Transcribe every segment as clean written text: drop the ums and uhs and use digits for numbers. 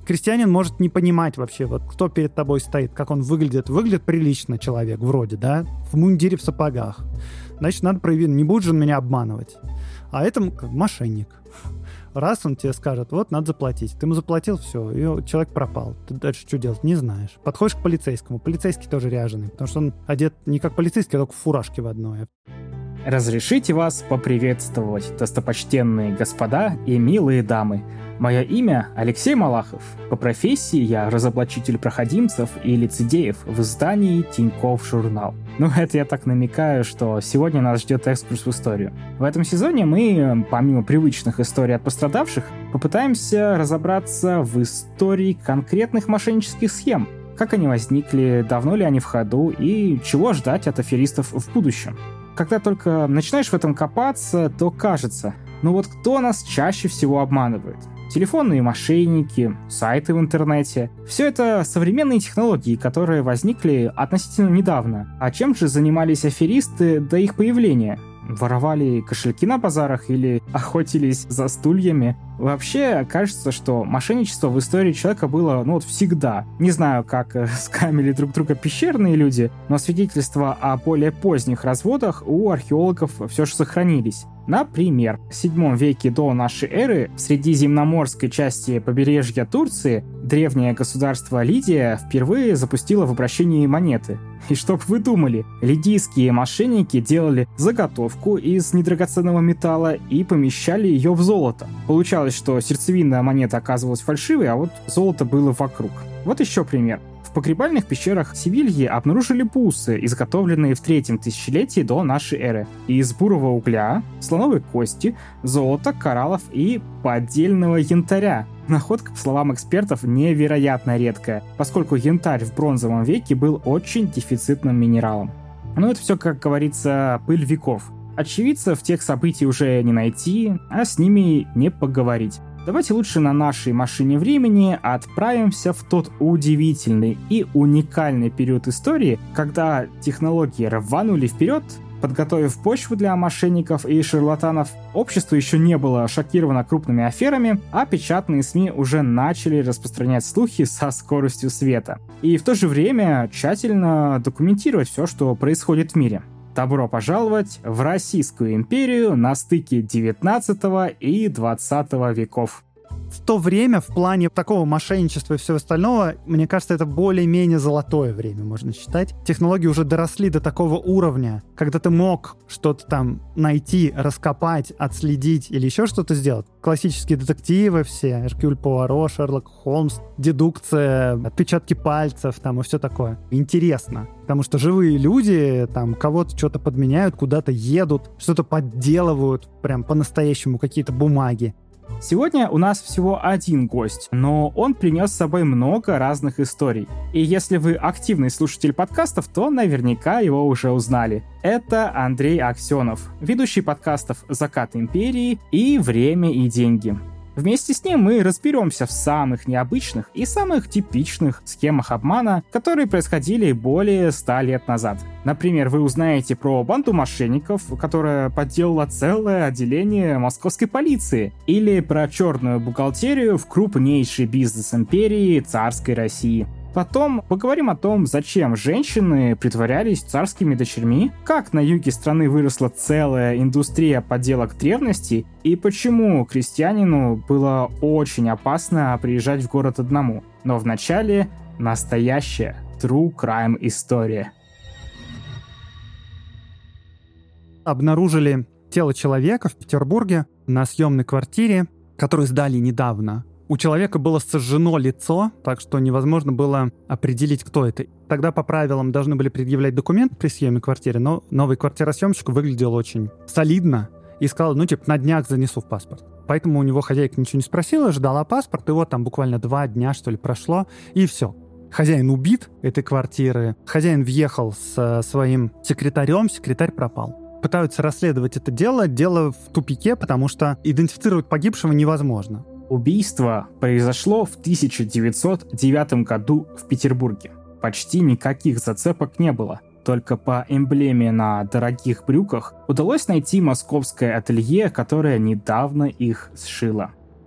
Крестьянин может не понимать вообще, вот кто перед тобой стоит, как он выглядит. Выглядит прилично человек вроде, да, в мундире, в сапогах. Значит, надо проверить, не будет же он меня обманывать. А это мошенник. Раз он тебе скажет, вот, надо заплатить. Ты ему заплатил, все, и человек пропал. Ты дальше что делать? Не знаешь. Подходишь к полицейскому. Полицейский тоже ряженый, потому что он одет не как полицейский, а только в фуражке в одной. Разрешите вас поприветствовать, достопочтенные господа и милые дамы. Мое имя Алексей Малахов. По профессии я разоблачитель проходимцев и лицедеев в издании «Тинькофф Журнал». Ну, это я так намекаю, что сегодня нас ждет экскурс в историю. В этом сезоне мы, помимо привычных историй от пострадавших, попытаемся разобраться в истории конкретных мошеннических схем. Как они возникли, давно ли они в ходу и чего ждать от аферистов в будущем. Когда только начинаешь в этом копаться, то кажется, ну вот кто нас чаще всего обманывает? Телефонные мошенники, сайты в интернете. Все это современные технологии, которые возникли относительно недавно. А чем же занимались аферисты до их появления? Воровали кошельки на базарах или охотились за стульями? Вообще, кажется, что мошенничество в истории человека было, ну вот, всегда. Не знаю, как скамили друг друга пещерные люди, но свидетельства о более поздних разводах у археологов все же сохранились. Например, в 7 веке до нашей эры в средиземноморской части побережья Турции древнее государство Лидия впервые запустило в обращение монеты. И чтоб вы думали, лидийские мошенники делали заготовку из недрагоценного металла и помещали ее в золото. Получалось, что сердцевинная монета оказывалась фальшивой, а вот золото было вокруг. Вот еще пример. В погребальных пещерах Севильи обнаружили бусы, изготовленные в 3-м тысячелетии до нашей эры. Из бурого угля, слоновой кости, золота, кораллов и поддельного янтаря. Находка, по словам экспертов, невероятно редкая, поскольку янтарь в бронзовом веке был очень дефицитным минералом. Но это все, как говорится, пыль веков. Очевидцев тех событий уже не найти, а с ними не поговорить. Давайте лучше на нашей машине времени отправимся в тот удивительный и уникальный период истории, когда технологии рванули вперед, подготовив почву для мошенников и шарлатанов. Общество еще не было шокировано крупными аферами, а печатные СМИ уже начали распространять слухи со скоростью света. И в то же время тщательно документировать все, что происходит в мире. Добро пожаловать в Российскую империю на стыке 19 и 20 веков. В то время, в плане такого мошенничества и всего остального, мне кажется, это более-менее золотое время, можно считать. Технологии уже доросли до такого уровня, когда ты мог что-то там найти, раскопать, отследить или еще что-то сделать. Классические детективы все, Эркюль Пуаро, Шерлок Холмс, дедукция, отпечатки пальцев там и все такое. Интересно, потому что живые люди там кого-то что-то подменяют, куда-то едут, что-то подделывают, прям по-настоящему какие-то бумаги. Сегодня у нас всего один гость, но он принес с собой много разных историй. И если вы активный слушатель подкастов, то наверняка его уже узнали. Это Андрей Аксенов, ведущий подкастов «Закат империи» и «Время и деньги». Вместе с ним мы разберемся в самых необычных и самых типичных схемах обмана, которые происходили более 100 лет назад. Например, вы узнаете про банду мошенников, которая подделала целое отделение московской полиции, или про черную бухгалтерию в крупнейшей бизнес-империи царской России. Потом поговорим о том, зачем женщины притворялись царскими дочерьми, как на юге страны выросла целая индустрия подделок древности и почему крестьянину было очень опасно приезжать в город одному. Но вначале настоящая true crime история. Обнаружили тело человека в Петербурге на съемной квартире, которую сдали недавно. У человека было сожжено лицо, так что невозможно было определить, кто это. Тогда по правилам должны были предъявлять документ при съеме квартиры, но новый квартиросъемщик выглядел очень солидно и сказал, на днях занесу в паспорт. Поэтому у него хозяйка ничего не спросила, ждала паспорт, и вот там буквально 2 дня, что ли, прошло, и все. Хозяин убит этой квартиры, хозяин въехал с своим секретарем, секретарь пропал. Пытаются расследовать это дело в тупике, потому что идентифицировать погибшего невозможно. Убийство произошло в 1909 году в Петербурге. Почти никаких зацепок не было. Только по эмблеме на дорогих брюках удалось найти московское ателье, которое недавно их сшило.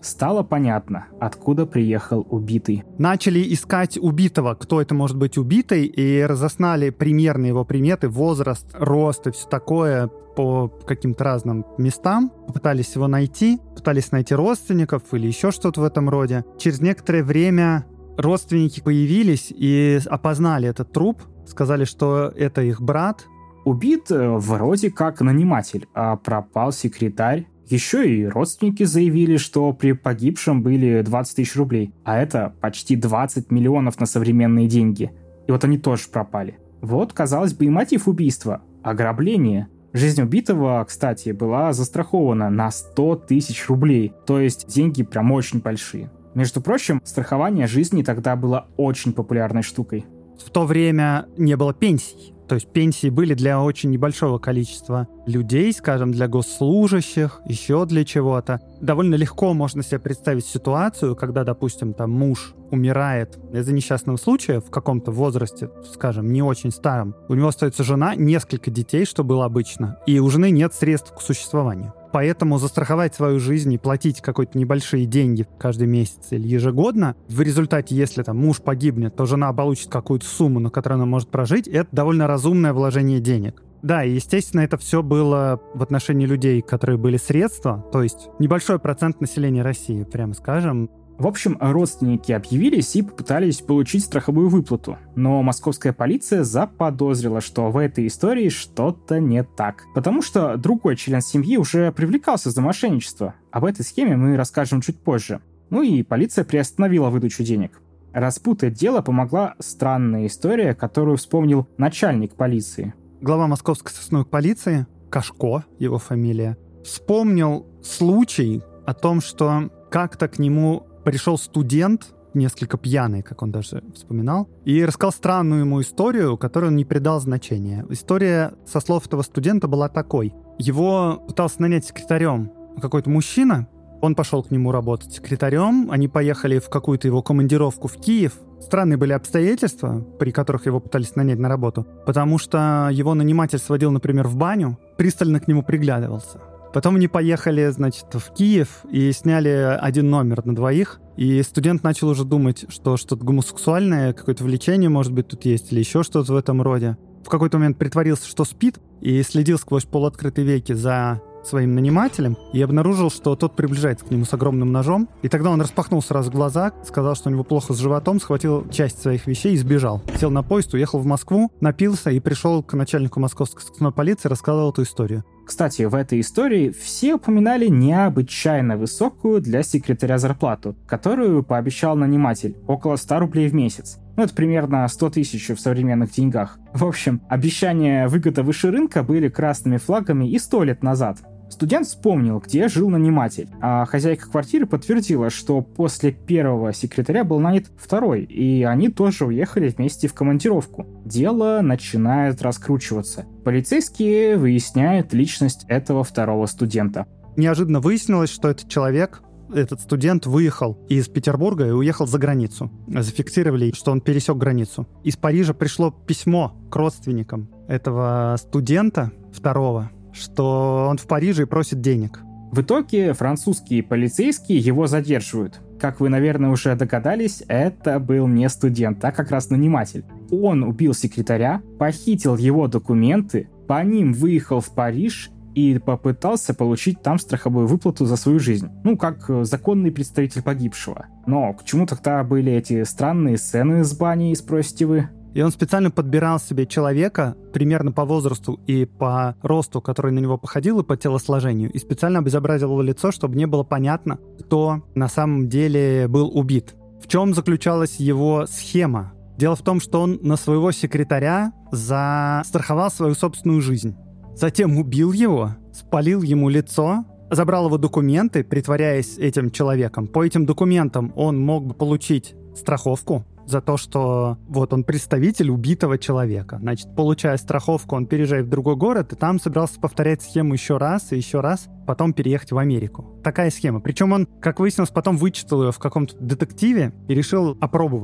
стало понятно, откуда приехал убитый. Начали искать убитого, кто это может быть убитый, и разоснали примерно его приметы, возраст, рост и все такое по каким-то разным местам. Попытались его найти, пытались найти родственников или еще что-то в этом роде. Через некоторое время родственники появились и опознали этот труп, сказали, что это их брат. Убит вроде как наниматель, а пропал секретарь. Еще и родственники заявили, что при погибшем были 20 тысяч рублей, а это почти 20 миллионов на современные деньги. И вот они тоже пропали. Вот, казалось бы, и мотив убийства – ограбление. Жизнь убитого, кстати, была застрахована на 100 тысяч рублей, то есть деньги прям очень большие. Между прочим, страхование жизни тогда было очень популярной штукой. В то время не было пенсий. То есть пенсии были для очень небольшого количества людей, скажем, для госслужащих, еще для чего-то. Довольно легко можно себе представить ситуацию, когда, допустим, там муж умирает из-за несчастного случая в каком-то возрасте, скажем, не очень старом. У него остается жена, несколько детей, что было обычно, и у жены нет средств к существованию. Поэтому застраховать свою жизнь и платить какие-то небольшие деньги каждый месяц или ежегодно, в результате, если там муж погибнет, то жена получит какую-то сумму, на которой она может прожить, это довольно разумное вложение денег. Да, и, естественно, это все было в отношении людей, которые были средства, то есть небольшой процент населения России, прямо скажем. В общем, родственники объявились и попытались получить страховую выплату. Но московская полиция заподозрила, что в этой истории что-то не так. Потому что другой член семьи уже привлекался за мошенничество. Об этой схеме мы расскажем чуть позже. Ну и полиция приостановила выдачу денег. Распутать дело помогла странная история, которую вспомнил начальник полиции. Глава Московской сыскной полиции, Кашко, его фамилия, вспомнил случай о том, что как-то к нему пришел студент, несколько пьяный, как он даже вспоминал, и рассказал странную ему историю, которой он не придал значения. История, со слов этого студента, была такой. Его пытался нанять секретарем какой-то мужчина, он пошел к нему работать секретарем, они поехали в какую-то его командировку в Киев. Странные были обстоятельства, при которых его пытались нанять на работу, потому что его наниматель сводил, например, в баню, пристально к нему приглядывался. Потом они поехали, значит, в Киев и сняли один номер на двоих. И студент начал уже думать, что что-то гомосексуальное, какое-то влечение, может быть, тут есть, или еще что-то в этом роде. В какой-то момент притворился, что спит, и следил сквозь полуоткрытые веки за своим нанимателем и обнаружил, что тот приближается к нему с огромным ножом. И тогда он распахнул сразу глаза, сказал, что у него плохо с животом, схватил часть своих вещей и сбежал. Сел на поезд, уехал в Москву, напился и пришел к начальнику московской сыскной полиции, рассказал эту историю. Кстати, в этой истории все упоминали необычайно высокую для секретаря зарплату, которую пообещал наниматель – около 100 рублей в месяц. Ну, это примерно 100 тысяч в современных деньгах. В общем, обещания выгода выше рынка были красными флагами и 100 лет назад. Студент вспомнил, где жил наниматель, а хозяйка квартиры подтвердила, что после первого секретаря был нанят второй, и они тоже уехали вместе в командировку. Дело начинает раскручиваться. Полицейские выясняют личность этого второго студента. Неожиданно выяснилось, что этот человек, этот студент, выехал из Петербурга и уехал за границу. Зафиксировали, что он пересек границу. Из Парижа пришло письмо к родственникам этого студента второго, что он в Париже и просит денег. В итоге французские полицейские его задерживают. Как вы, наверное, уже догадались, это был не студент, а как раз наниматель. Он убил секретаря, похитил его документы, по ним выехал в Париж и попытался получить там страховую выплату за свою жизнь. Ну, как законный представитель погибшего. Но к чему тогда были эти странные сцены с баней, спросите вы? И он специально подбирал себе человека примерно по возрасту и по росту, который на него походил, и по телосложению, и специально обезобразил лицо, чтобы не было понятно, кто на самом деле был убит. В чем заключалась его схема? Дело в том, что он на своего секретаря застраховал свою собственную жизнь. Затем убил его, спалил ему лицо, забрал его документы, притворяясь этим человеком. По этим документам он мог бы получить страховку за то, что вот он представитель убитого человека. Значит, получая страховку, он переезжает в другой город, и там собирался повторять схему еще раз и еще раз, потом переехать в Америку. Такая схема. Причем он, как выяснилось, потом вычитал ее в каком-то детективе и решил опробовать.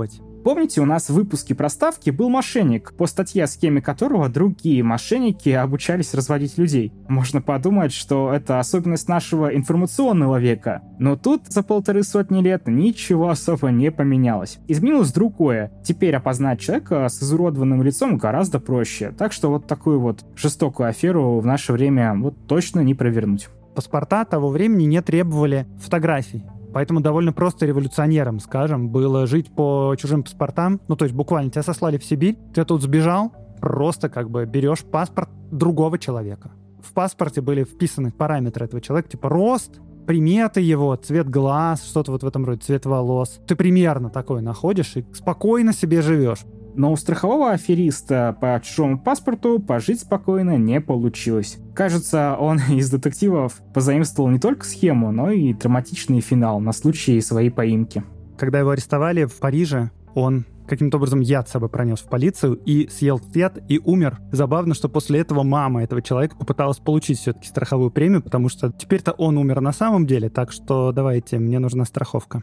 помните, у нас в выпуске про ставки был мошенник, по статье о схеме которого другие мошенники обучались разводить людей. Можно подумать, что это особенность нашего информационного века. Но тут за 150 лет ничего особо не поменялось. Изменилось другое. Теперь опознать человека с изуродованным лицом гораздо проще. Так что вот такую вот жестокую аферу в наше время вот точно не провернуть. Паспорта того времени не требовали фотографий. Поэтому довольно просто революционерам, скажем, было жить по чужим паспортам. Ну, то есть буквально тебя сослали в Сибирь, ты тут сбежал, просто как бы берешь паспорт другого человека. В паспорте были вписаны параметры этого человека, типа рост, приметы его, цвет глаз, что-то вот в этом роде, цвет волос. Ты примерно такое находишь и спокойно себе живешь. Но у страхового афериста по чужому паспорту пожить спокойно не получилось. Кажется, он из детективов позаимствовал не только схему, но и драматичный финал на случай своей поимки. Когда его арестовали в Париже, он каким-то образом яд с собой пронес в полицию и съел яд и умер. Забавно, что после этого мама этого человека попыталась получить все-таки страховую премию, потому что теперь-то он умер на самом деле, так что давайте, мне нужна страховка.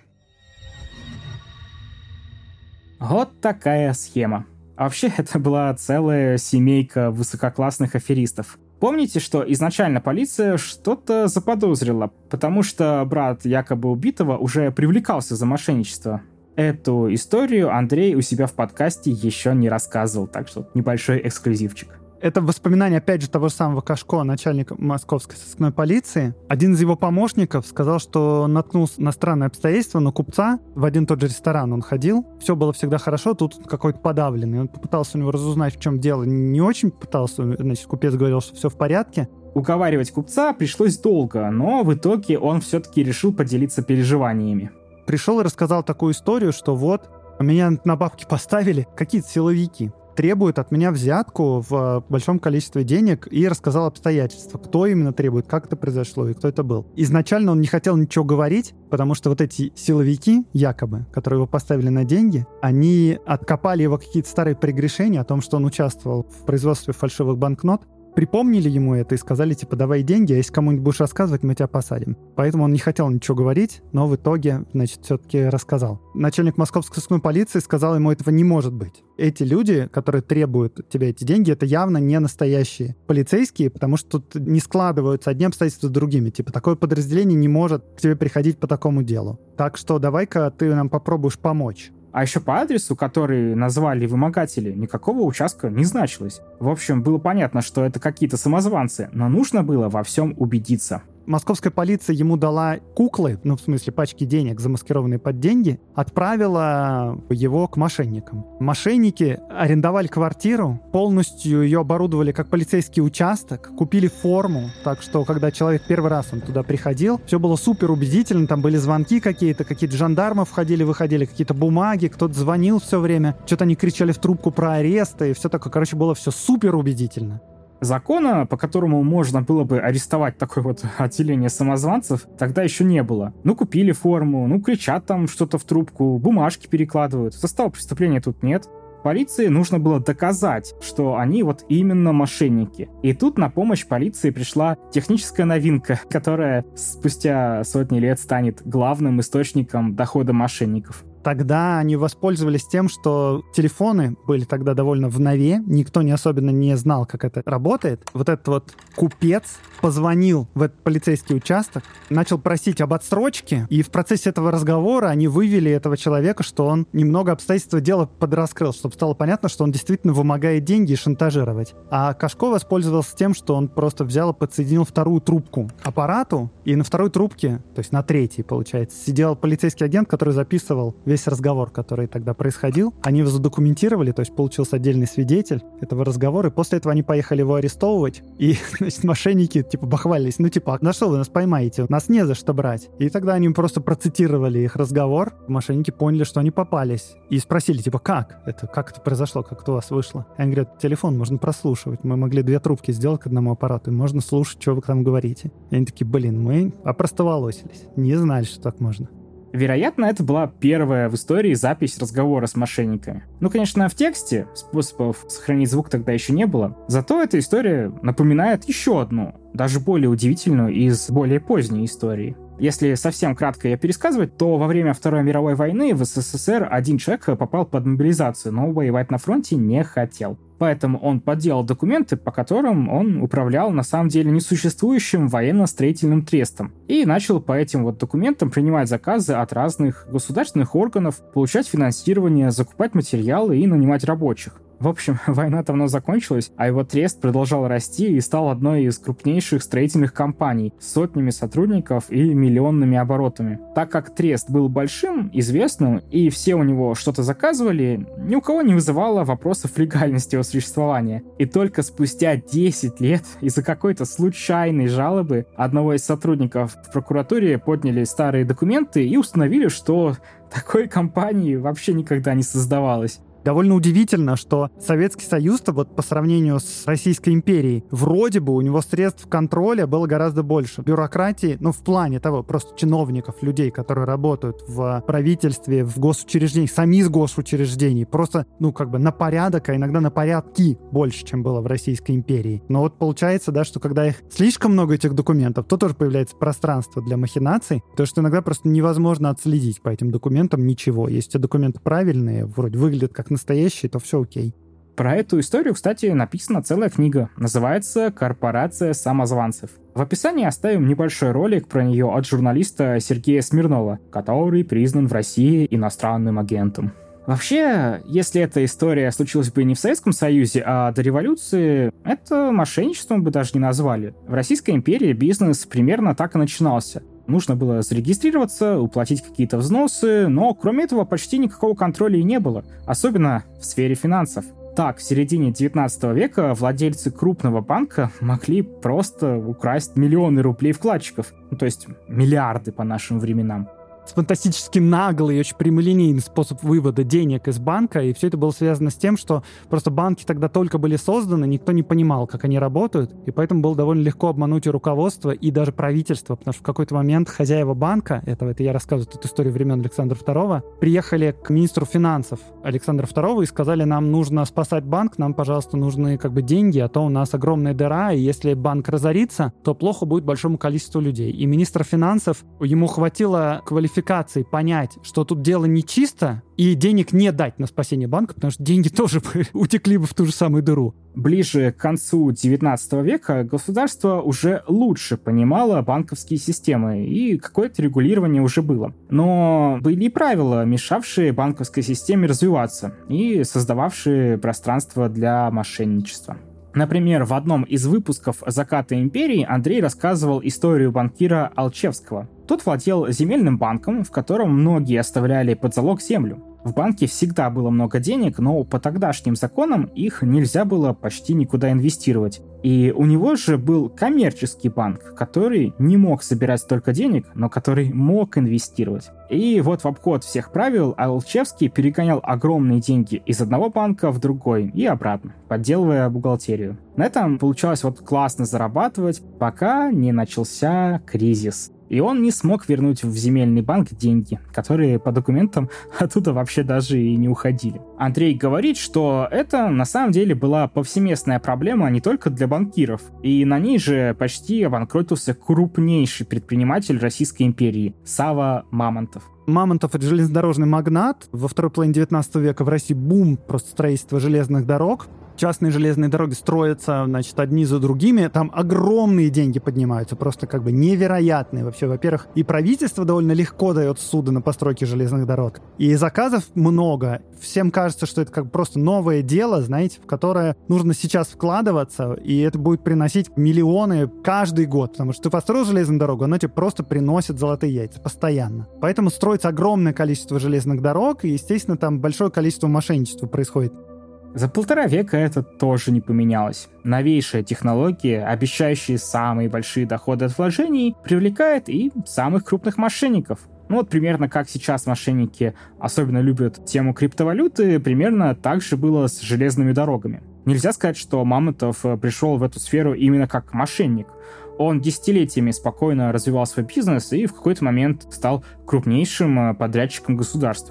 Вот такая схема. А вообще, это была целая семейка высококлассных аферистов. Помните, что изначально полиция что-то заподозрила, потому что брат якобы убитого уже привлекался за мошенничество. Эту историю Андрей у себя в подкасте еще не рассказывал, так что небольшой эксклюзивчик. Это воспоминание, опять же, того же самого Кашко, начальника московской сыскной полиции. Один из его помощников сказал, что наткнулся на странные обстоятельства, но купца в один и тот же ресторан он ходил. Все было всегда хорошо, тут он какой-то подавленный. Он попытался у него разузнать, в чем дело. Не очень пытался, значит, купец говорил, что все в порядке. Уговаривать купца пришлось долго, но в итоге он все-таки решил поделиться переживаниями. Пришел и рассказал такую историю, что вот, меня на бабки поставили какие-то силовики. Требует от меня взятку в большом количестве денег и рассказал обстоятельства, кто именно требует, как это произошло и кто это был. Изначально он не хотел ничего говорить, потому что вот эти силовики, якобы, которые его поставили на деньги, они откопали его какие-то старые прегрешения о том, что он участвовал в производстве фальшивых банкнот, припомнили ему это и сказали, типа, давай деньги, а если кому-нибудь будешь рассказывать, мы тебя посадим. Поэтому он не хотел ничего говорить, но в итоге, значит, все-таки рассказал. Начальник московской сыскной полиции сказал ему, этого не может быть. Эти люди, которые требуют от тебя эти деньги, это явно не настоящие полицейские, потому что тут не складываются одни обстоятельства с другими. Типа, такое подразделение не может к тебе приходить по такому делу. Так что давай-ка ты нам попробуешь помочь. А еще по адресу, который назвали вымогатели, никакого участка не значилось. В общем, было понятно, что это какие-то самозванцы, но нужно было во всем убедиться. Московская полиция ему дала куклы, ну, в смысле, пачки денег, замаскированные под деньги, отправила его к мошенникам. Мошенники арендовали квартиру, полностью ее оборудовали как полицейский участок, купили форму, так что, когда человек первый раз он туда приходил, все было супер убедительно, там были звонки какие-то жандармы входили-выходили, какие-то бумаги, кто-то звонил все время, что-то они кричали в трубку про аресты, и все такое, короче, было все супер убедительно. Закона, по которому можно было бы арестовать такое вот отделение самозванцев, тогда еще не было. Ну, купили форму, ну, кричат там что-то в трубку, бумажки перекладывают. Состава преступления тут нет. Полиции нужно было доказать, что они вот именно мошенники. И тут на помощь полиции пришла техническая новинка, которая спустя сотни лет станет главным источником дохода мошенников. Тогда они воспользовались тем, что телефоны были тогда довольно в нове, никто не особенно не знал, как это работает. Вот этот вот купец позвонил в этот полицейский участок, начал просить об отсрочке, и в процессе этого разговора они вывели этого человека, что он немного обстоятельства дела подраскрыл, чтобы стало понятно, что он действительно вымогает деньги и шантажировать. А Кашко воспользовался тем, что он просто взял и подсоединил вторую трубку к аппарату, и на второй трубке, то есть на третьей, получается, сидел полицейский агент, который записывал весь разговор, который тогда происходил. Они его задокументировали, то есть получился отдельный свидетель этого разговора, и после этого они поехали его арестовывать, и, значит, мошенники, типа, бахвалились, ну, типа, на что вы нас поймаете? Нас не за что брать. И тогда они просто процитировали их разговор, мошенники поняли, что они попались, и спросили, типа, как это произошло, как это у вас вышло? Они говорят, телефон можно прослушивать, мы могли 2 трубки сделать к одному аппарату, и можно слушать, что вы там говорите. И они такие, блин, мы опростоволосились, не знали, что так можно. Вероятно, это была первая в истории запись разговора с мошенниками. Ну, конечно, в тексте способов сохранить звук тогда еще не было. Зато эта история напоминает еще одну, даже более удивительную из более поздней истории. Если совсем кратко ее пересказывать, то во время Второй мировой войны в СССР один человек попал под мобилизацию, но воевать на фронте не хотел. Поэтому он подделал документы, по которым он управлял на самом деле несуществующим военно-строительным трестом. И начал по этим вот документам принимать заказы от разных государственных органов, получать финансирование, закупать материалы и нанимать рабочих. В общем, война давно закончилась, а его трест продолжал расти и стал одной из крупнейших строительных компаний с сотнями сотрудников и миллионными оборотами. Так как трест был большим, известным, и все у него что-то заказывали, ни у кого не вызывало вопросов легальности его существования. И только спустя 10 лет из-за какой-то случайной жалобы одного из сотрудников в прокуратуре подняли старые документы и установили, что такой компании вообще никогда не создавалось. Довольно удивительно, что Советский Союз-то вот по сравнению с Российской империей, вроде бы у него средств контроля было гораздо больше. Бюрократии, в плане того, просто чиновников, людей, которые работают в правительстве, в госучреждениях, сами из госучреждений, просто, на порядок, а иногда на порядки больше, чем было в Российской империи. Но вот получается, да, что когда их слишком много этих документов, то тоже появляется пространство для махинаций, то что иногда просто невозможно отследить по этим документам ничего. Если документы правильные, вроде выглядят как настоящие, то все окей. Про эту историю, кстати, написана целая книга. Называется «Корпорация самозванцев». В описании оставим небольшой ролик про нее от журналиста Сергея Смирнова, который признан в России иностранным агентом. Вообще, если эта история случилась бы не в Советском Союзе, а до революции, это мошенничеством бы даже не назвали. В Российской империи бизнес примерно так и начинался. Нужно было зарегистрироваться, уплатить какие-то взносы, но кроме этого почти никакого контроля и не было, особенно в сфере финансов. Так, в середине 19 века владельцы крупного банка могли просто украсть миллионы рублей вкладчиков, то есть миллиарды по нашим временам. Фантастически наглый и очень прямолинейный способ вывода денег из банка, и все это было связано с тем, что просто банки тогда только были созданы, никто не понимал, как они работают, и поэтому было довольно легко обмануть и руководство, и даже правительство, потому что в какой-то момент хозяева банка, это я рассказываю тут историю времен Александра II, приехали к министру финансов Александра II и сказали: нам нужно спасать банк, нам, пожалуйста, нужны деньги, а то у нас огромная дыра, и если банк разорится, то плохо будет большому количеству людей. И министр финансов, ему хватило квалификации понять, что тут дело нечисто, и денег не дать на спасение банка, потому что деньги тоже утекли бы в ту же самую дыру. Ближе к концу 19 века государство уже лучше понимало банковские системы, и какое-то регулирование уже было. Но были и правила, мешавшие банковской системе развиваться и создававшие пространство для мошенничества. Например, в одном из выпусков «Заката империи» Андрей рассказывал историю банкира Алчевского. Тот владел земельным банком, в котором многие оставляли под залог землю. В банке всегда было много денег, но по тогдашним законам их нельзя было почти никуда инвестировать. И у него же был коммерческий банк, который не мог собирать столько денег, но который мог инвестировать. И вот в обход всех правил Алчевский перегонял огромные деньги из одного банка в другой и обратно, подделывая бухгалтерию. На этом получалось классно зарабатывать, пока не начался кризис. И он не смог вернуть в земельный банк деньги, которые по документам оттуда вообще даже и не уходили. Андрей говорит, что это на самом деле была повсеместная проблема не только для банкиров. И на ней же почти обанкротился крупнейший предприниматель Российской империи – Савва Мамонтов. Мамонтов — это железнодорожный магнат. Во второй половине 19 века в России бум просто строительства железных дорог. Частные железные дороги строятся, одни за другими. Там огромные деньги поднимаются, просто невероятные. Вообще, во-первых, и правительство довольно легко дает суды на постройки железных дорог. И заказов много. Всем кажется, что это просто новое дело, в которое нужно сейчас вкладываться, и это будет приносить миллионы каждый год. Потому что ты построил железную дорогу, она тебе просто приносит золотые яйца постоянно. Поэтому строится огромное количество железных дорог, и, естественно, там большое количество мошенничества происходит. За 1,5 века это тоже не поменялось. Новейшая технология, обещающая самые большие доходы от вложений, привлекает и самых крупных мошенников. Примерно как сейчас мошенники особенно любят тему криптовалюты, примерно так же было с железными дорогами. Нельзя сказать, что Мамонтов пришел в эту сферу именно как мошенник. Он десятилетиями спокойно развивал свой бизнес и в какой-то момент стал крупнейшим подрядчиком государства.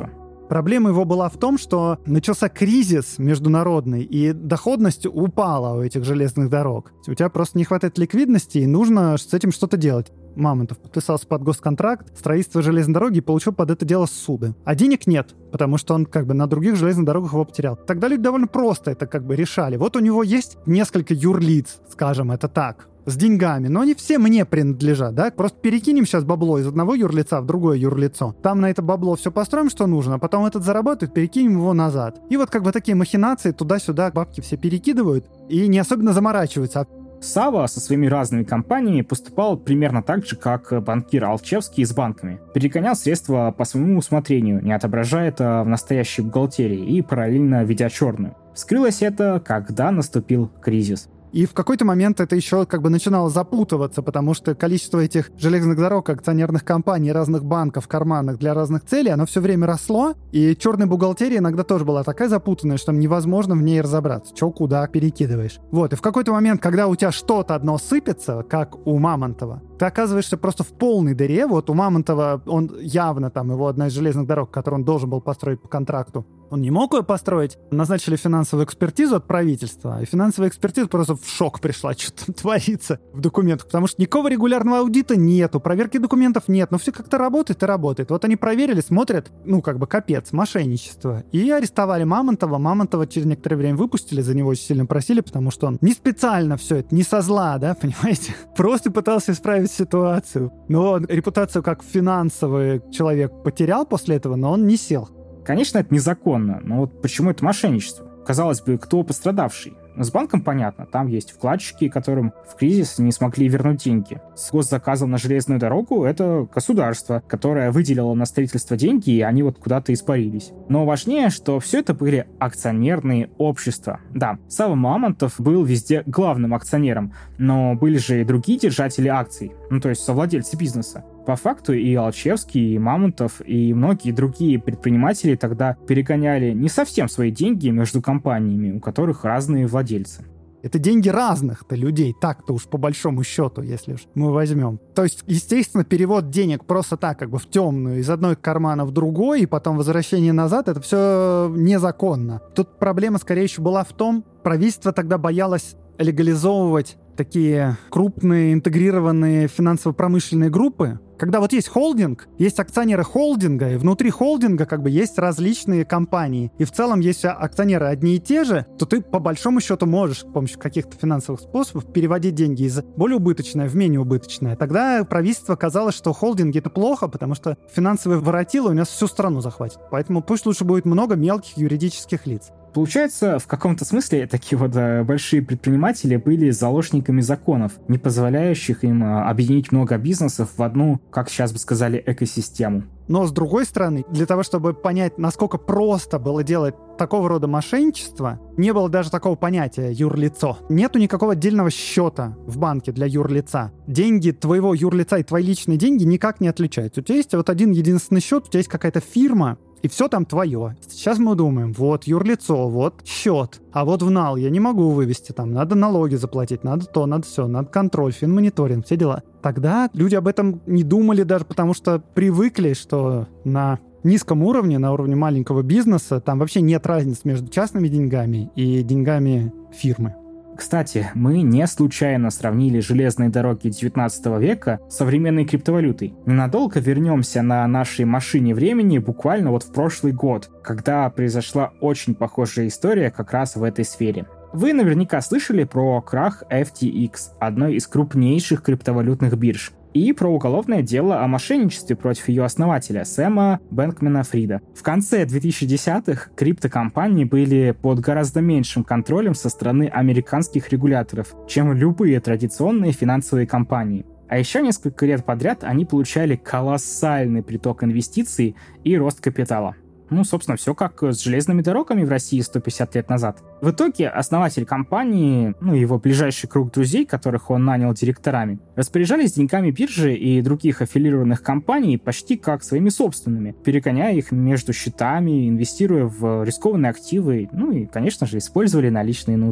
Проблема его была в том, что начался кризис международный, и доходность упала у этих железных дорог. У тебя просто не хватает ликвидности, и нужно с этим что-то делать. Мамонтов подписался под госконтракт, строительство железной дороги, и получил под это дело суды. А денег нет, потому что он на других железных дорогах его потерял. Тогда люди довольно просто это решали. Вот у него есть несколько юрлиц, скажем это так, с деньгами, но они все мне принадлежат, да? Просто перекинем сейчас бабло из одного юрлица в другое юрлицо. Там на это бабло все построим, что нужно, а потом этот заработает, перекинем его назад. И вот такие махинации туда-сюда бабки все перекидывают и не особенно заморачиваются. Сава со своими разными компаниями поступал примерно так же, как банкир Алчевский с банками. Перегонял средства по своему усмотрению, не отображая это в настоящей бухгалтерии и параллельно ведя черную. Вскрылось это, когда наступил кризис. И в какой-то момент это еще начинало запутываться, потому что количество этих железных дорог, акционерных компаний, разных банков, карманных для разных целей, оно все время росло, и черная бухгалтерия иногда тоже была такая запутанная, что невозможно в ней разобраться, что куда перекидываешь. И в какой-то момент, когда у тебя что-то одно сыпется, как у Мамонтова, ты оказываешься просто в полной дыре. У Мамонтова, он явно его одна из железных дорог, которую он должен был построить по контракту, он не мог ее построить. Назначили финансовую экспертизу от правительства, и финансовая экспертиза просто в шок пришла, что там творится в документах, потому что никакого регулярного аудита нету, проверки документов нет, но все как-то работает и работает. Они проверили, смотрят, капец, мошенничество. И арестовали Мамонтова. Мамонтова через некоторое время выпустили, за него очень сильно просили, потому что он не специально все это, не со зла, да, понимаете? Просто пытался исправить ситуацию. Но репутацию как финансовый человек потерял после этого, но он не сел. Конечно, это незаконно, но почему это мошенничество? Казалось бы, кто пострадавший? С банком понятно, там есть вкладчики, которым в кризис не смогли вернуть деньги. С госзаказом на железную дорогу это государство, которое выделило на строительство деньги, и они куда-то испарились. Но важнее, что все это были акционерные общества. Да, Сава Мамонтов был везде главным акционером, но были же и другие держатели акций, то есть совладельцы бизнеса. По факту и Алчевский, и Мамонтов, и многие другие предприниматели тогда перегоняли не совсем свои деньги между компаниями, у которых разные владельцы. Это деньги разных-то людей, так-то уж по большому счету, если уж мы возьмем. То есть, естественно, перевод денег просто так, в темную, из одной кармана в другой, и потом возвращение назад, это все незаконно. Тут проблема, скорее всего, была в том, правительство тогда боялось легализовывать такие крупные интегрированные финансово-промышленные группы, когда есть холдинг, есть акционеры холдинга, и внутри холдинга есть различные компании, и в целом, если акционеры одни и те же, то ты по большому счету можешь с помощью каких-то финансовых способов переводить деньги из более убыточное в менее убыточное. Тогда правительство казалось, что холдинги — это плохо, потому что финансовые воротилы у нас всю страну захватят. Поэтому пусть лучше будет много мелких юридических лиц. Получается, в каком-то смысле такие большие предприниматели были заложниками законов, не позволяющих им объединить много бизнесов в одну, как сейчас бы сказали, экосистему. Но, с другой стороны, для того, чтобы понять, насколько просто было делать такого рода мошенничество, не было даже такого понятия юрлицо. Нету никакого отдельного счета в банке для юрлица. Деньги твоего юрлица и твои личные деньги никак не отличаются. У тебя есть один единственный счет, у тебя есть какая-то фирма, и все там твое. Сейчас мы думаем, юрлицо, счет. А в нал я не могу вывести, надо налоги заплатить, надо то, надо все, надо контроль, финмониторинг, все дела. Тогда люди об этом не думали даже, потому что привыкли, что на низком уровне, на уровне маленького бизнеса, там вообще нет разницы между частными деньгами и деньгами фирмы. Кстати, мы не случайно сравнили железные дороги 19 века с современной криптовалютой. Ненадолго вернемся на нашей машине времени буквально в прошлый год, когда произошла очень похожая история как раз в этой сфере. Вы наверняка слышали про крах FTX, одной из крупнейших криптовалютных бирж, и про уголовное дело о мошенничестве против ее основателя Сэма Бэнкмана-Фрида. В конце 2010-х криптокомпании были под гораздо меньшим контролем со стороны американских регуляторов, чем любые традиционные финансовые компании. А еще несколько лет подряд они получали колоссальный приток инвестиций и рост капитала. Собственно, все как с железными дорогами в России 150 лет назад. В итоге основатель компании, его ближайший круг друзей, которых он нанял директорами, распоряжались деньгами биржи и других аффилированных компаний почти как своими собственными, перегоняя их между счетами, инвестируя в рискованные активы, и, конечно же, использовали на личные нужды.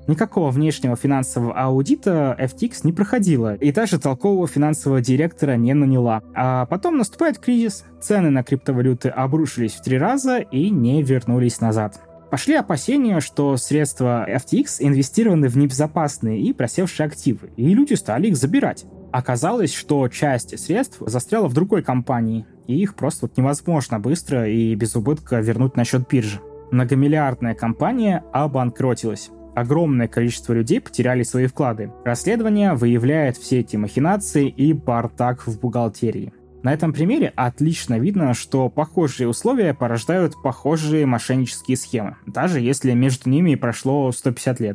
Никакого внешнего финансового аудита FTX не проходила, и даже толкового финансового директора не наняла. А потом наступает кризис, цены на криптовалюты обрушились в 3 раза и не вернулись назад. Пошли опасения, что средства FTX инвестированы в небезопасные и просевшие активы, и люди стали их забирать. Оказалось, что часть средств застряла в другой компании, и их просто невозможно быстро и без убытка вернуть на счет биржи. Многомиллиардная компания обанкротилась. Огромное количество людей потеряли свои вклады. Расследование выявляет все эти махинации и бардак в бухгалтерии. На этом примере отлично видно, что похожие условия порождают похожие мошеннические схемы, даже если между ними прошло 150 лет.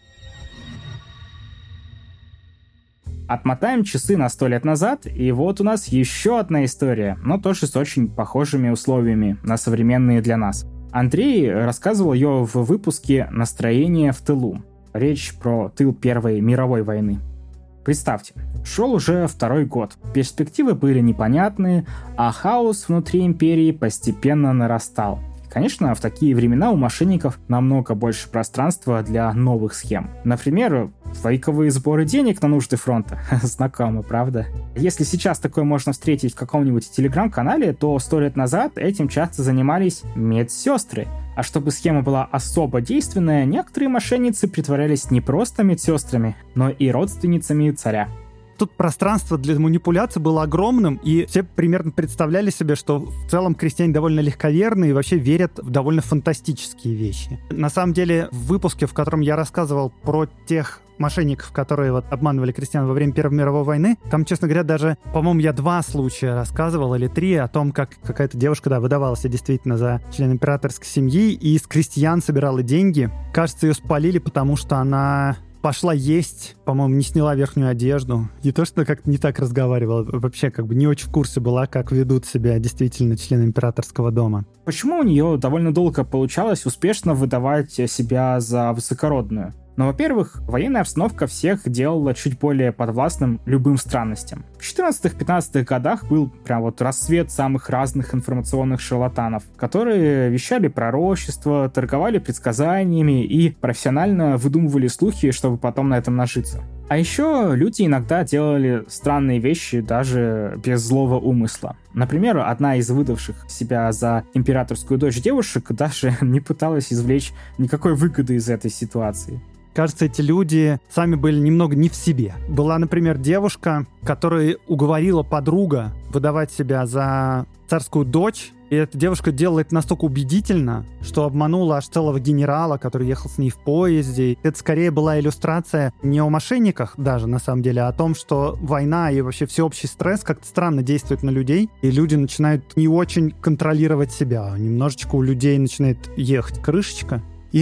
Отмотаем часы на 100 лет назад, и вот у нас еще одна история, но тоже с очень похожими условиями на современные для нас. Андрей рассказывал ее в выпуске «Настроение в тылу». Речь про тыл Первой мировой войны. Представьте, шел уже 2-й год, перспективы были непонятные, а хаос внутри империи постепенно нарастал. Конечно, в такие времена у мошенников намного больше пространства для новых схем. Например, фейковые сборы денег на нужды фронта. Знакомо, правда? Если сейчас такое можно встретить в каком-нибудь телеграм-канале, то 100 лет назад этим часто занимались медсестры. А чтобы схема была особо действенная, некоторые мошенницы притворялись не просто медсестрами, но и родственницами царя. Тут пространство для манипуляций было огромным, и все примерно представляли себе, что в целом крестьяне довольно легковерны и вообще верят в довольно фантастические вещи. На самом деле, в выпуске, в котором я рассказывал про тех мошенников, которые обманывали крестьян во время Первой мировой войны, там, честно говоря, даже, по-моему, я 2 случая рассказывал, или 3, о том, как какая-то девушка, выдавалась действительно за члена императорской семьи, и из крестьян собирала деньги. Кажется, ее спалили, потому что она пошла есть, по-моему, не сняла верхнюю одежду. Не то, что как-то не так разговаривала, вообще не очень в курсе была, как ведут себя действительно члены императорского дома. Почему у нее довольно долго получалось успешно выдавать себя за высокородную? Но, во-первых, военная обстановка всех делала чуть более подвластным любым странностям. В 14-15 годах был рассвет самых разных информационных шарлатанов, которые вещали пророчества, торговали предсказаниями и профессионально выдумывали слухи, чтобы потом на этом нажиться. А еще люди иногда делали странные вещи даже без злого умысла. Например, одна из выдавших себя за императорскую дочь девушек даже не пыталась извлечь никакой выгоды из этой ситуации. Кажется, эти люди сами были немного не в себе. Была, например, девушка, которая уговорила подруга выдавать себя за царскую дочь, и эта девушка делала это настолько убедительно, что обманула аж целого генерала, который ехал с ней в поезде. Это скорее была иллюстрация не о мошенниках даже, на самом деле, а о том, что война и вообще всеобщий стресс как-то странно действует на людей, и люди начинают не очень контролировать себя. Немножечко у людей начинает ехать крышечка, и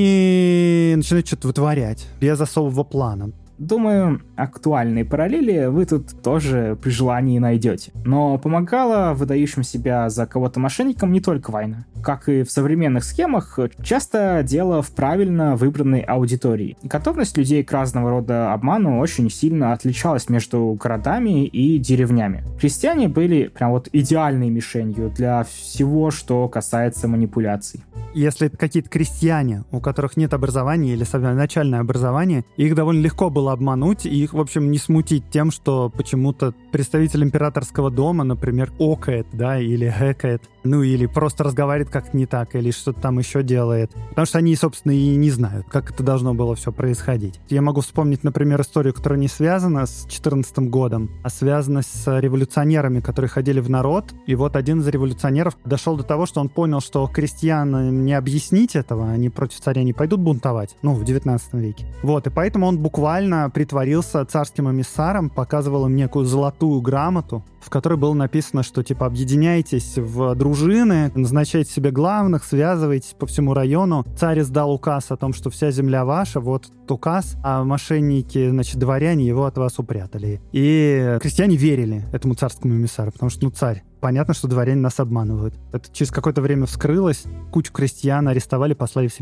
они начинают что-то вытворять без особого плана. Думаю, актуальные параллели вы тут тоже при желании найдете. Но помогала выдающим себя за кого-то мошенникам не только война. Как и в современных схемах, часто дело в правильно выбранной аудитории. Готовность людей к разного рода обману очень сильно отличалась между городами и деревнями. Крестьяне были идеальной мишенью для всего, что касается манипуляций. Если это какие-то крестьяне, у которых нет образования или начальное образование, их довольно легко было обмануть, и их, в общем, не смутить тем, что почему-то представитель императорского дома, например, окает, или хэкает, или просто разговаривает как-то не так, или что-то там еще делает. Потому что они, собственно, и не знают, как это должно было все происходить. Я могу вспомнить, например, историю, которая не связана с 2014 годом, а связана с революционерами, которые ходили в народ, и вот один из революционеров дошел до того, что он понял, что крестьян не объяснить этого, они против царя не пойдут бунтовать, в 19 веке. И поэтому он буквально притворился царским эмиссаром, показывал им некую золотую грамоту, в которой было написано, что объединяйтесь в дружины, назначайте себе главных, связывайтесь по всему району. Царь издал указ о том, что вся земля ваша, вот указ, а мошенники, дворяне его от вас упрятали. И крестьяне верили этому царскому эмиссару, потому что, царь. Понятно, что дворяне нас обманывают. Это через какое-то время вскрылось, кучу крестьян арестовали, послали в Сибирь.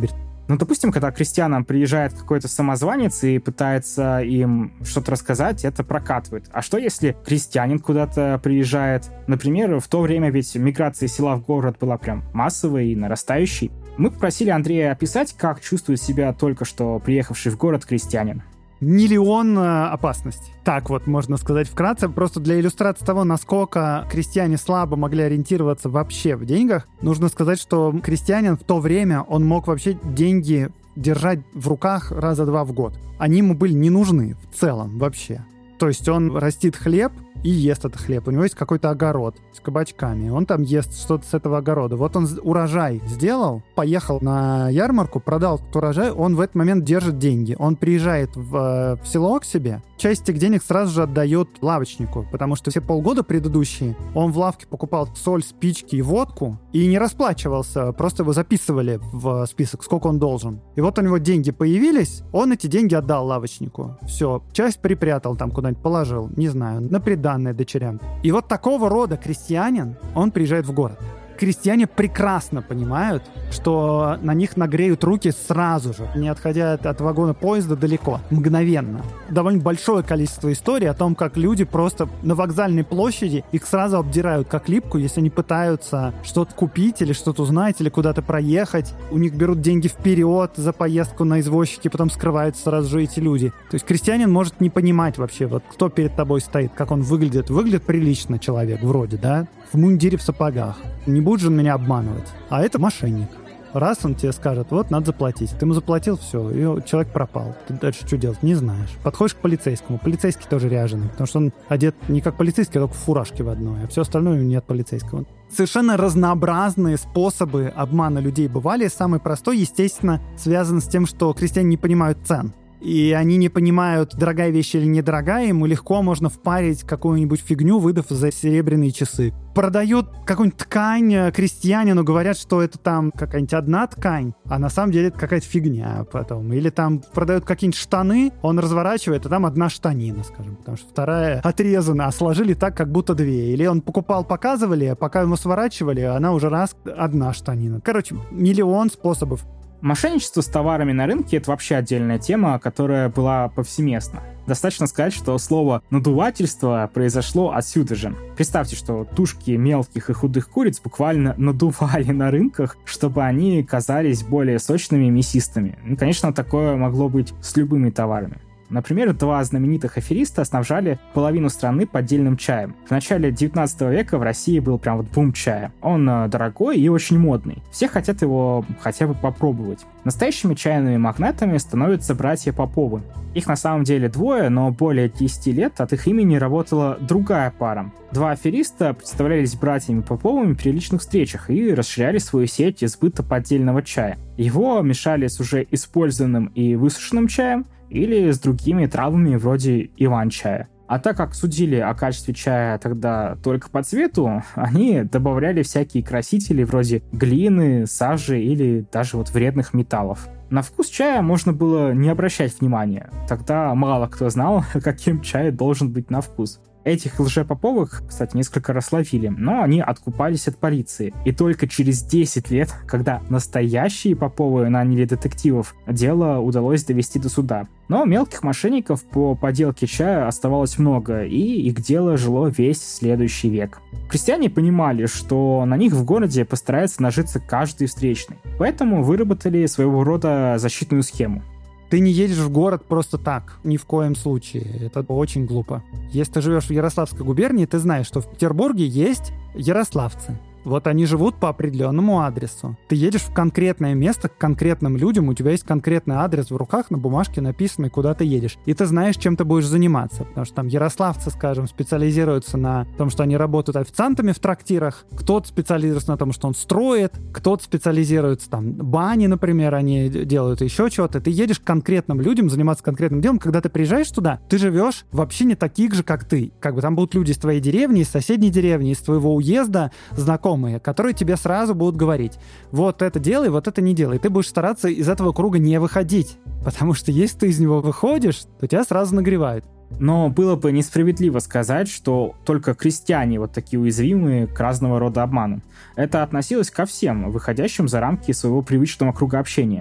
Ну, допустим, когда к крестьянам приезжает какой-то самозванец и пытается им что-то рассказать, это прокатывает. А что, если крестьянин куда-то приезжает? Например, в то время ведь миграция из села в город была прям массовой и нарастающей. Мы попросили Андрея описать, как чувствует себя только что приехавший в город крестьянин. Миллион опасностей. Так вот, можно сказать вкратце, просто для иллюстрации того, насколько крестьяне слабо могли ориентироваться вообще в деньгах, нужно сказать, что крестьянин в то время, он мог вообще деньги держать в руках раза 2 в год. Они ему были не нужны в целом вообще. То есть он растит хлеб и ест этот хлеб. У него есть какой-то огород с кабачками. Он там ест что-то с этого огорода. Вот он урожай сделал, поехал на ярмарку, продал этот урожай, он в этот момент держит деньги. Он приезжает в село к себе, часть этих денег сразу же отдает лавочнику, потому что все полгода предыдущие он в лавке покупал соль, спички и водку и не расплачивался, просто его записывали в список, сколько он должен. И вот у него деньги появились, он эти деньги отдал лавочнику. Все, часть припрятал там куда-нибудь, положил, не знаю, на приданое дочерям. И вот такого рода крестьянин, он приезжает в город. Крестьяне прекрасно понимают, что на них нагреют руки сразу же, не отходя от вагона поезда далеко, мгновенно. Довольно большое количество историй о том, как люди просто на вокзальной площади их сразу обдирают как липку, если они пытаются что-то купить или что-то узнать, или куда-то проехать. У них берут деньги вперед за поездку на извозчике, потом скрываются сразу же эти люди. То есть крестьянин может не понимать вообще, вот кто перед тобой стоит, как он выглядит. Выглядит прилично человек вроде, да? В мундире, в сапогах. Не будет же он меня обманывать. А это мошенник. Раз он тебе скажет, вот, надо заплатить. Ты ему заплатил, все, и человек пропал. Ты дальше что делать? Не знаешь. Подходишь к полицейскому. Полицейский тоже ряженый, потому что он одет не как полицейский, а только в фуражке в одной, а все остальное нет полицейского. Совершенно разнообразные способы обмана людей бывали. Самый простой, естественно, связан с тем, что крестьяне не понимают цен. И они не понимают, дорогая вещь или недорогая, ему легко можно впарить какую-нибудь фигню, выдав за серебряные часы. Продают какую-нибудь ткань крестьянину, говорят, что это там какая-нибудь одна ткань, а на самом деле это какая-то фигня потом. Или там продают какие-нибудь штаны, он разворачивает, а там одна штанина, скажем, потому что вторая отрезана, а сложили так, как будто 2. Или он покупал, показывали, а пока ему сворачивали, она уже раз одна штанина. Короче, миллион способов. Мошенничество с товарами на рынке — это вообще отдельная тема, которая была повсеместна. Достаточно сказать, что слово «надувательство» произошло отсюда же. Представьте, что тушки мелких и худых куриц буквально надували на рынках, чтобы они казались более сочными и мясистыми. Ну, конечно, такое могло быть с любыми товарами. Например, 2 знаменитых афериста снабжали половину страны поддельным чаем. В начале 19 века в России был прям вот бум чая. Он дорогой и очень модный. Все хотят его хотя бы попробовать. Настоящими чайными магнатами становятся братья Поповы. Их на самом деле 2, но более 10 лет от их имени работала другая пара. 2 афериста представлялись братьями Поповыми при личных встречах и расширяли свою сеть сбыта поддельного чая. Его мешали с уже использованным и высушенным чаем или с другими травами вроде иван-чая. А так как судили о качестве чая тогда только по цвету, они добавляли всякие красители вроде глины, сажи или даже вот вредных металлов. На вкус чая можно было не обращать внимания. Тогда мало кто знал, каким чай должен быть на вкус. Этих лжепоповых, кстати, несколько раз ловили, но они откупались от полиции. И только через 10 лет, когда настоящие Поповы наняли детективов, дело удалось довести до суда. Но мелких мошенников по подделке чая оставалось много, и их дело жило весь следующий век. Крестьяне понимали, что на них в городе постарается нажиться каждый встречный, поэтому выработали своего рода защитную схему. Ты не едешь в город просто так, ни в коем случае. Это очень глупо. Если ты живешь в Ярославской губернии, ты знаешь, что в Петербурге есть ярославцы. Вот они живут по определенному адресу. Ты едешь в конкретное место к конкретным людям, у тебя есть конкретный адрес в руках, на бумажке написанный, куда ты едешь. И ты знаешь, чем ты будешь заниматься. Потому что там ярославцы, скажем, специализируются на том, что они работают официантами в трактирах, кто-то специализируется на том, что он строит, кто-то специализируется, там, бани, например, они делают еще чего-то. Ты едешь к конкретным людям, заниматься конкретным делом. Когда ты приезжаешь туда, ты живешь вообще не таких же, как ты. Как бы там будут люди из твоей деревни, из соседней деревни, из твоего уезда, знакомые, которые тебе сразу будут говорить: вот это делай, вот это не делай. Ты будешь стараться из этого круга не выходить, потому что если ты из него выходишь, то тебя сразу нагревают. Но было бы несправедливо сказать, что только крестьяне вот такие уязвимые к разного рода обманам. Это относилось ко всем, выходящим за рамки своего привычного круга общения.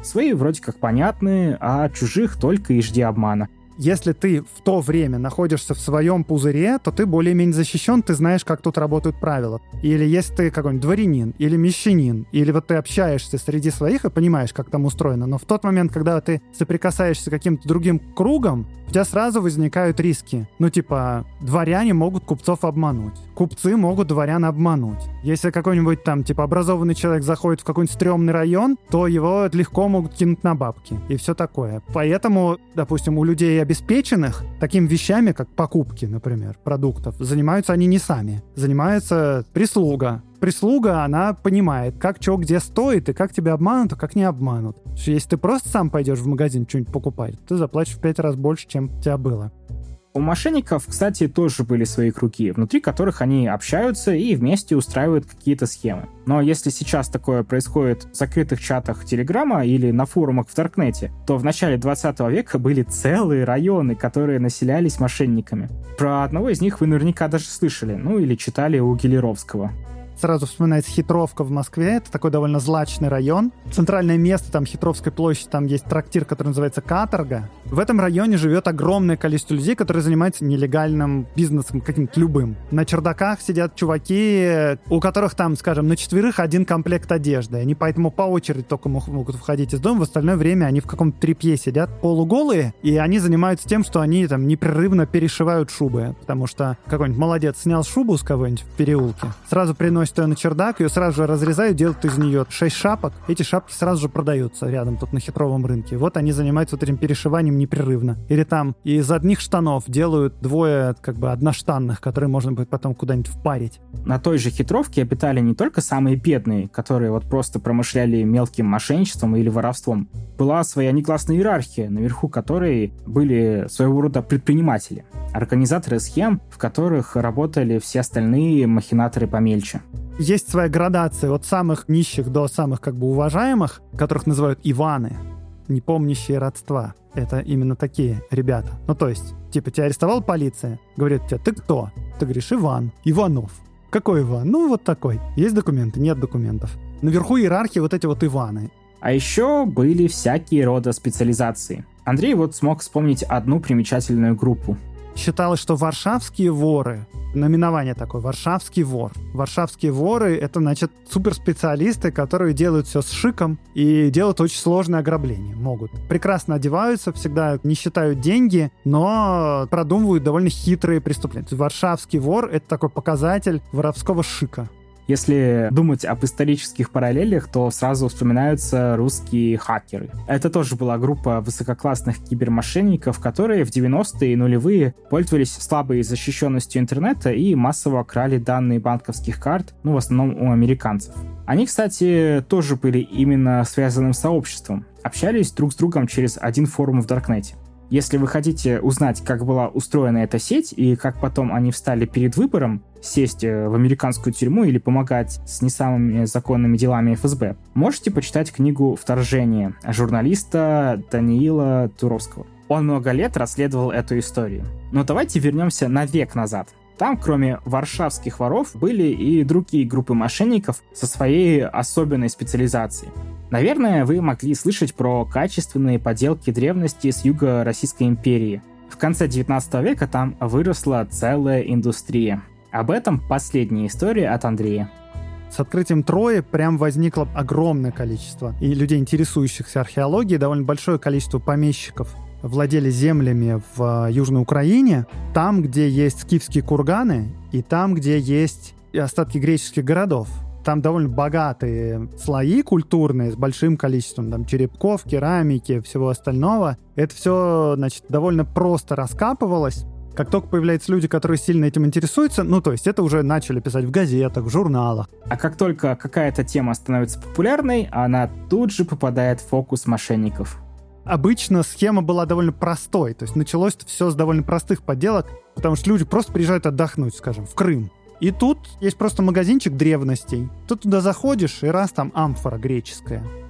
Свои вроде как понятные, а чужих только и жди обмана. Если ты в то время находишься в своем пузыре, то ты более-менее защищен, ты знаешь, как тут работают правила. Или если ты какой-нибудь дворянин, или мещанин, или вот ты общаешься среди своих и понимаешь, как там устроено, но в тот момент, когда ты соприкасаешься с каким-то другим кругом, у тебя сразу возникают риски. Ну, типа, дворяне могут купцов обмануть, купцы могут дворян обмануть. Если какой-нибудь там, типа, образованный человек заходит в какой-нибудь стрёмный район, то его легко могут кинуть на бабки и все такое. Поэтому, допустим, у людей обеспеченных такими вещами, как покупки, например, продуктов, занимаются они не сами. Занимается прислуга. Прислуга, она понимает, как что где стоит, и как тебя обманут, а как не обманут. Потому что если ты просто сам пойдешь в магазин что-нибудь покупать, ты заплатишь в 5 раз больше, чем у тебя было. У мошенников, кстати, тоже были свои круги, внутри которых они общаются и вместе устраивают какие-то схемы. Но если сейчас такое происходит в закрытых чатах Телеграма или на форумах в Даркнете, то в начале 20 века были целые районы, которые населялись мошенниками. Про одного из них вы наверняка даже слышали, ну или читали у Гелеровского. Сразу вспоминается Хитровка в Москве. Это такой довольно злачный район. Центральное место, там Хитровской площади, там есть трактир, который называется «Каторга». В этом районе живет огромное количество людей, которые занимаются нелегальным бизнесом, каким-то любым. На чердаках сидят чуваки, у которых там, скажем, на 4 один комплект одежды. Они поэтому по очереди только могут входить из дома. В остальное время они в каком-то тряпье сидят, полуголые, и они занимаются тем, что они там непрерывно перешивают шубы. Потому что какой-нибудь молодец снял шубу с кого-нибудь в переулке, сразу приносит ее на чердак, ее сразу же разрезают, делают из нее 6 шапок. Эти шапки сразу же продаются рядом тут на Хитровом рынке. Вот они занимаются вот этим перешиванием непрерывно. Или там из одних штанов делают 2 как бы одноштанных, которые можно будет потом куда-нибудь впарить. На той же Хитровке обитали не только самые бедные, которые вот просто промышляли мелким мошенничеством или воровством. Была своя негласная иерархия, наверху которой были своего рода предприниматели, организаторы схем, в которых работали все остальные махинаторы помельче. Есть своя градация от самых нищих до самых как бы уважаемых, которых называют Иваны, не помнящие родства. Это именно такие ребята. Ну, то есть, типа, тебя арестовала полиция, говорит тебе: ты кто? Ты говоришь: Иван. Иванов. Какой Иван? Ну, вот такой. Есть документы? Нет документов. Наверху иерархии вот эти вот Иваны. А еще были всякие рода специализации. Андрей вот смог вспомнить одну примечательную группу. Считалось, что варшавские воры, наименование такое, варшавский вор. Варшавские воры — это, значит, суперспециалисты, которые делают все с шиком и делают очень сложные ограбления. Могут. Прекрасно одеваются, всегда не считают деньги, но продумывают довольно хитрые преступления. То есть варшавский вор — это такой показатель воровского шика. Если думать об исторических параллелях, то сразу вспоминаются русские хакеры. Это тоже была группа высококлассных кибермошенников, которые в 90-е и нулевые пользовались слабой защищенностью интернета и массово крали данные банковских карт, ну, в основном у американцев. Они, кстати, тоже были именно связанным сообществом, общались друг с другом через один форум в Даркнете. Если вы хотите узнать, как была устроена эта сеть и как потом они встали перед выбором сесть в американскую тюрьму или помогать с не самыми законными делами ФСБ, можете почитать книгу «Вторжение» журналиста Даниила Туровского. Он много лет расследовал эту историю. Но давайте вернемся на век назад. Там, кроме варшавских воров, были и другие группы мошенников со своей особенной специализацией. Наверное, вы могли слышать про качественные поделки древности с юга Российской империи. В конце 19 века там выросла целая индустрия. Об этом последняя история от Андрея. С открытием Трои прям возникло огромное количество и людей, интересующихся археологией, довольно большое количество помещиков владели землями в Южной Украине, там, где есть скифские курганы, и там, где есть остатки греческих городов. Там довольно богатые слои культурные с большим количеством там, черепков, керамики, всего остального. Это все, значит, довольно просто раскапывалось. Как только появляются люди, которые сильно этим интересуются, ну, то есть это уже начали писать в газетах, в журналах. А как только какая-то тема становится популярной, она тут же попадает в фокус мошенников. Обычно схема была довольно простой. То есть началось все с довольно простых подделок, потому что люди просто приезжают отдохнуть, скажем, в Крым. И тут есть просто магазинчик древностей. Ты туда заходишь, и раз там амфора греческая.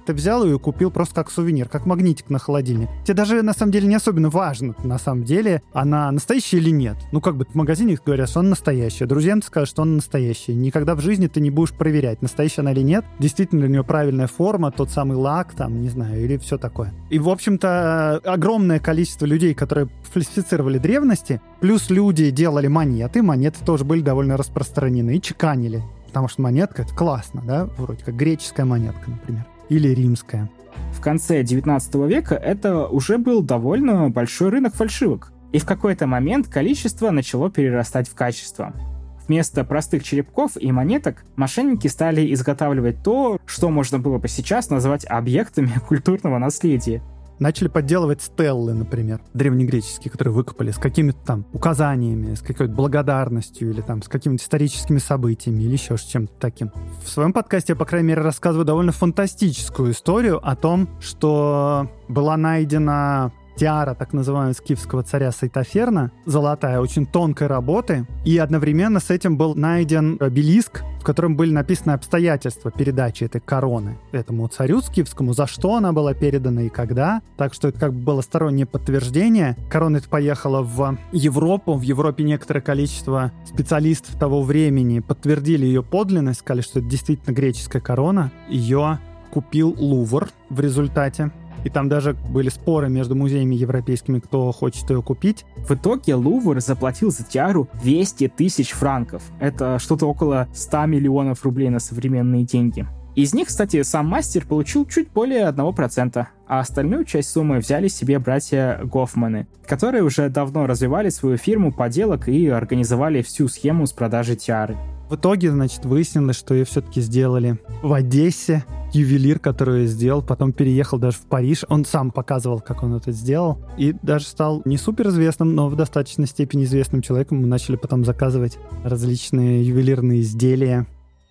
ты взял ее и купил просто как сувенир, как магнитик на холодильник. Тебе даже, на самом деле, не особенно важно, на самом деле, она настоящая или нет. Ну, как бы в магазине говорят, что она настоящая. Друзьям ты скажешь, что она настоящая. Никогда в жизни ты не будешь проверять, настоящая она или нет. Действительно ли у нее правильная форма, тот самый лак, там, не знаю, или все такое. И, в общем-то, огромное количество людей, которые фальсифицировали древности, плюс люди делали монеты тоже были довольно распространены, и чеканили. Потому что монетка — это классно, да? Вроде как греческая монетка, например. Или римская. В конце 19 века это уже был довольно большой рынок фальшивок. И в какой-то момент количество начало перерастать в качество. Вместо простых черепков и монеток мошенники стали изготавливать то, что можно было бы сейчас назвать объектами культурного наследия. Начали подделывать стеллы, например, древнегреческие, которые выкопали, с какими-то там указаниями, с какой-то благодарностью или там с какими-то историческими событиями или еще с чем-то таким. В своем подкасте я, по крайней мере, рассказываю довольно фантастическую историю о том, что была найдена тиара так называемого скифского царя Сайтоферна, золотая, очень тонкой работы, и одновременно с этим был найден обелиск, в котором были написаны обстоятельства передачи этой короны этому царю скифскому, за что она была передана и когда. Так что это как бы было стороннее подтверждение. Корона эта поехала в Европу. В Европе некоторое количество специалистов того времени подтвердили ее подлинность, сказали, что это действительно греческая корона. Ее купил Лувр в результате. И там даже были споры между музеями европейскими, кто хочет ее купить. В итоге Лувр заплатил за тиару 200 тысяч франков. Это что-то около 100 миллионов рублей на современные деньги. Из них, кстати, сам мастер получил чуть более 1%, а остальную часть суммы взяли себе братья Гофманы, которые уже давно развивали свою фирму поделок и организовали всю схему с продажей тиары. В итоге, значит, выяснилось, что ее все-таки сделали в Одессе. Ювелир, который ее сделал, потом переехал даже в Париж. Он сам показывал, как он это сделал. И даже стал не суперизвестным, но в достаточной степени известным человеком. Мы начали потом заказывать различные ювелирные изделия.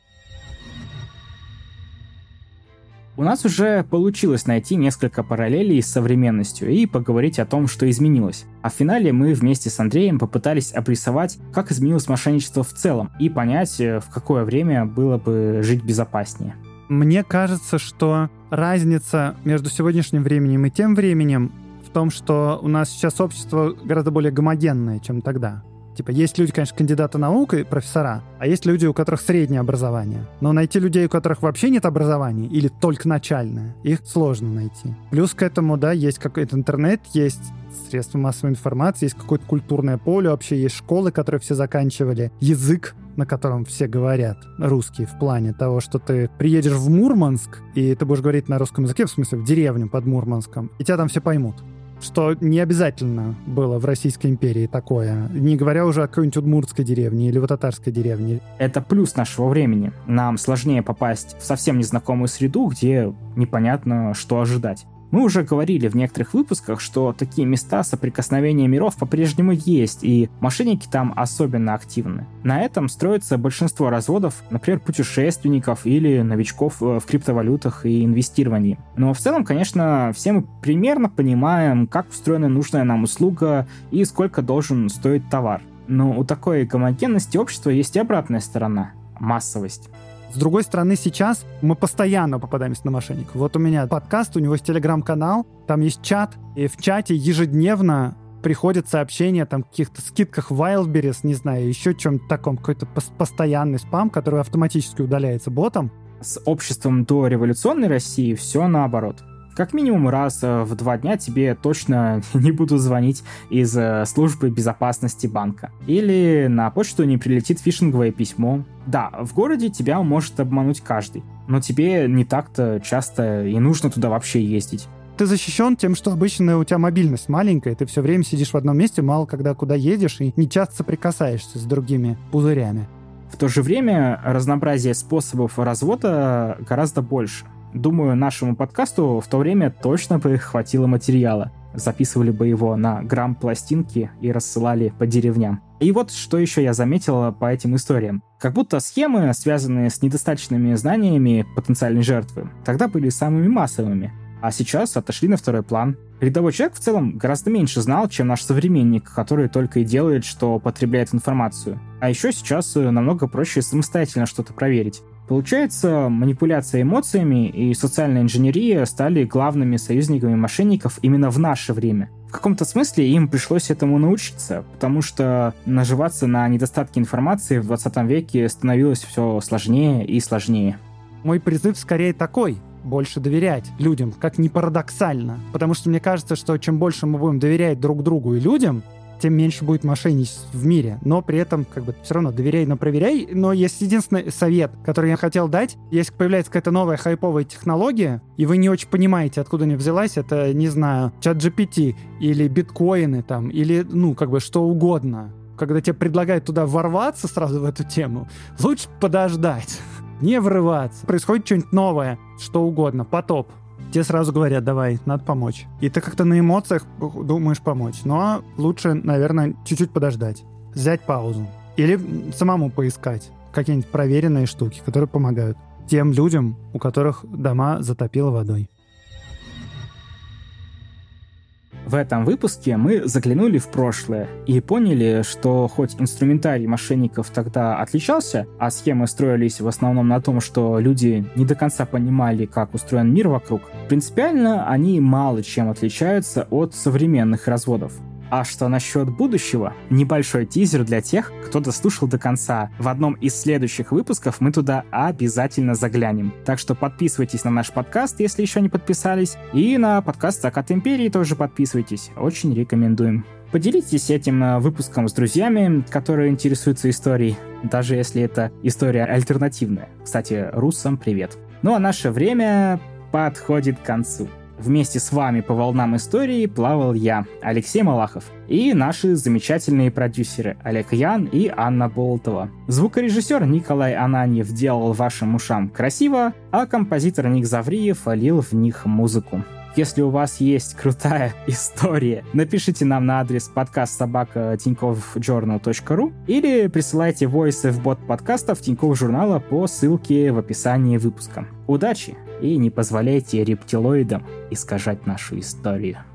У нас уже получилось найти несколько параллелей с современностью и поговорить о том, что изменилось. А в финале мы вместе с Андреем попытались обрисовать, как изменилось мошенничество в целом, и понять, в какое время было бы жить безопаснее. Мне кажется, что разница между сегодняшним временем и тем временем в том, что у нас сейчас общество гораздо более гомогенное, чем тогда. Типа, есть люди, конечно, кандидаты наук и профессора, а есть люди, у которых среднее образование. Но найти людей, у которых вообще нет образования или только начальное, их сложно найти. Плюс к этому, да, есть какой-то интернет, есть средства массовой информации, есть какое-то культурное поле, вообще есть школы, которые все заканчивали, язык, на котором все говорят, русский, в плане того, что ты приедешь в Мурманск, и ты будешь говорить на русском языке, в смысле в деревню под Мурманском, и тебя там все поймут. Что не обязательно было в Российской империи такое, не говоря уже о какой-нибудь удмуртской деревне или в татарской деревне. Это плюс нашего времени. Нам сложнее попасть в совсем незнакомую среду, где непонятно, что ожидать. Мы уже говорили в некоторых выпусках, что такие места соприкосновения миров по-прежнему есть, и мошенники там особенно активны. На этом строится большинство разводов, например, путешественников или новичков в криптовалютах и инвестировании. Но в целом, конечно, все мы примерно понимаем, как устроена нужная нам услуга и сколько должен стоить товар. Но у такой гомогенности общества есть и обратная сторона — массовость. С другой стороны, сейчас мы постоянно попадаемся на мошенников. Вот у меня подкаст, у него есть телеграм-канал, там есть чат, и в чате ежедневно приходят сообщения о каких-то скидках в Wildberries, не знаю, еще чем-то таком, какой-то постоянный спам, который автоматически удаляется ботом. С обществом до революционной России все наоборот. Как минимум раз в 2 дня тебе точно не будут звонить из службы безопасности банка. Или на почту не прилетит фишинговое письмо. Да, в городе тебя может обмануть каждый, но тебе не так-то часто и нужно туда вообще ездить. Ты защищен тем, что обычно у тебя мобильность маленькая, ты все время сидишь в одном месте, мало когда куда едешь и не часто соприкасаешься с другими пузырями. В то же время разнообразие способов развода гораздо больше. Думаю, нашему подкасту в то время точно бы хватило материала. Записывали бы его на грамм-пластинки и рассылали по деревням. И вот что еще я заметила по этим историям. Как будто схемы, связанные с недостаточными знаниями потенциальной жертвы, тогда были самыми массовыми, а сейчас отошли на второй план. Рядовой человек в целом гораздо меньше знал, чем наш современник, который только и делает, что потребляет информацию. А еще сейчас намного проще самостоятельно что-то проверить. Получается, манипуляция эмоциями и социальная инженерия стали главными союзниками мошенников именно в наше время. В каком-то смысле им пришлось этому научиться, потому что наживаться на недостатке информации в 20 веке становилось все сложнее и сложнее. Мой призыв скорее такой: больше доверять людям, как ни парадоксально. Потому что мне кажется, что чем больше мы будем доверять друг другу и людям, тем меньше будет мошенничеств в мире. Но при этом, все равно доверяй, но проверяй. Но есть единственный совет, который я хотел дать. Если появляется какая-то новая хайповая технология, и вы не очень понимаете, откуда она взялась, это, не знаю, ChatGPT или биткоины там, или, что угодно. Когда тебе предлагают туда ворваться сразу в эту тему, лучше подождать. Не врываться. Происходит что-нибудь новое, что угодно, потоп. Тебе сразу говорят: давай, надо помочь. И ты как-то на эмоциях думаешь помочь. Но лучше, наверное, чуть-чуть подождать. Взять паузу. Или самому поискать какие-нибудь проверенные штуки, которые помогают тем людям, у которых дома затопило водой. В этом выпуске мы заглянули в прошлое и поняли, что хоть инструментарий мошенников тогда отличался, а схемы строились в основном на том, что люди не до конца понимали, как устроен мир вокруг, принципиально они мало чем отличаются от современных разводов. А что насчет будущего? Небольшой тизер для тех, кто дослушал до конца. В одном из следующих выпусков мы туда обязательно заглянем. Так что подписывайтесь на наш подкаст, если еще не подписались. И на подкаст «Закат Империи» тоже подписывайтесь. Очень рекомендуем. Поделитесь этим выпуском с друзьями, которые интересуются историей, даже если это история альтернативная. Кстати, руссам привет. Ну а наше время подходит к концу. Вместе с вами по волнам истории плавал я, Алексей Малахов, и наши замечательные продюсеры Олег Ян и Анна Болтова. Звукорежиссер Николай Ананьев делал вашим ушам красиво, а композитор Ник Завриев лил в них музыку. Если у вас есть крутая история, напишите нам на адрес podcast@tinkovjournal.ru или присылайте войсы в бот подкастов Тинькофф журнала по ссылке в описании выпуска. Удачи и не позволяйте рептилоидам искажать нашу историю.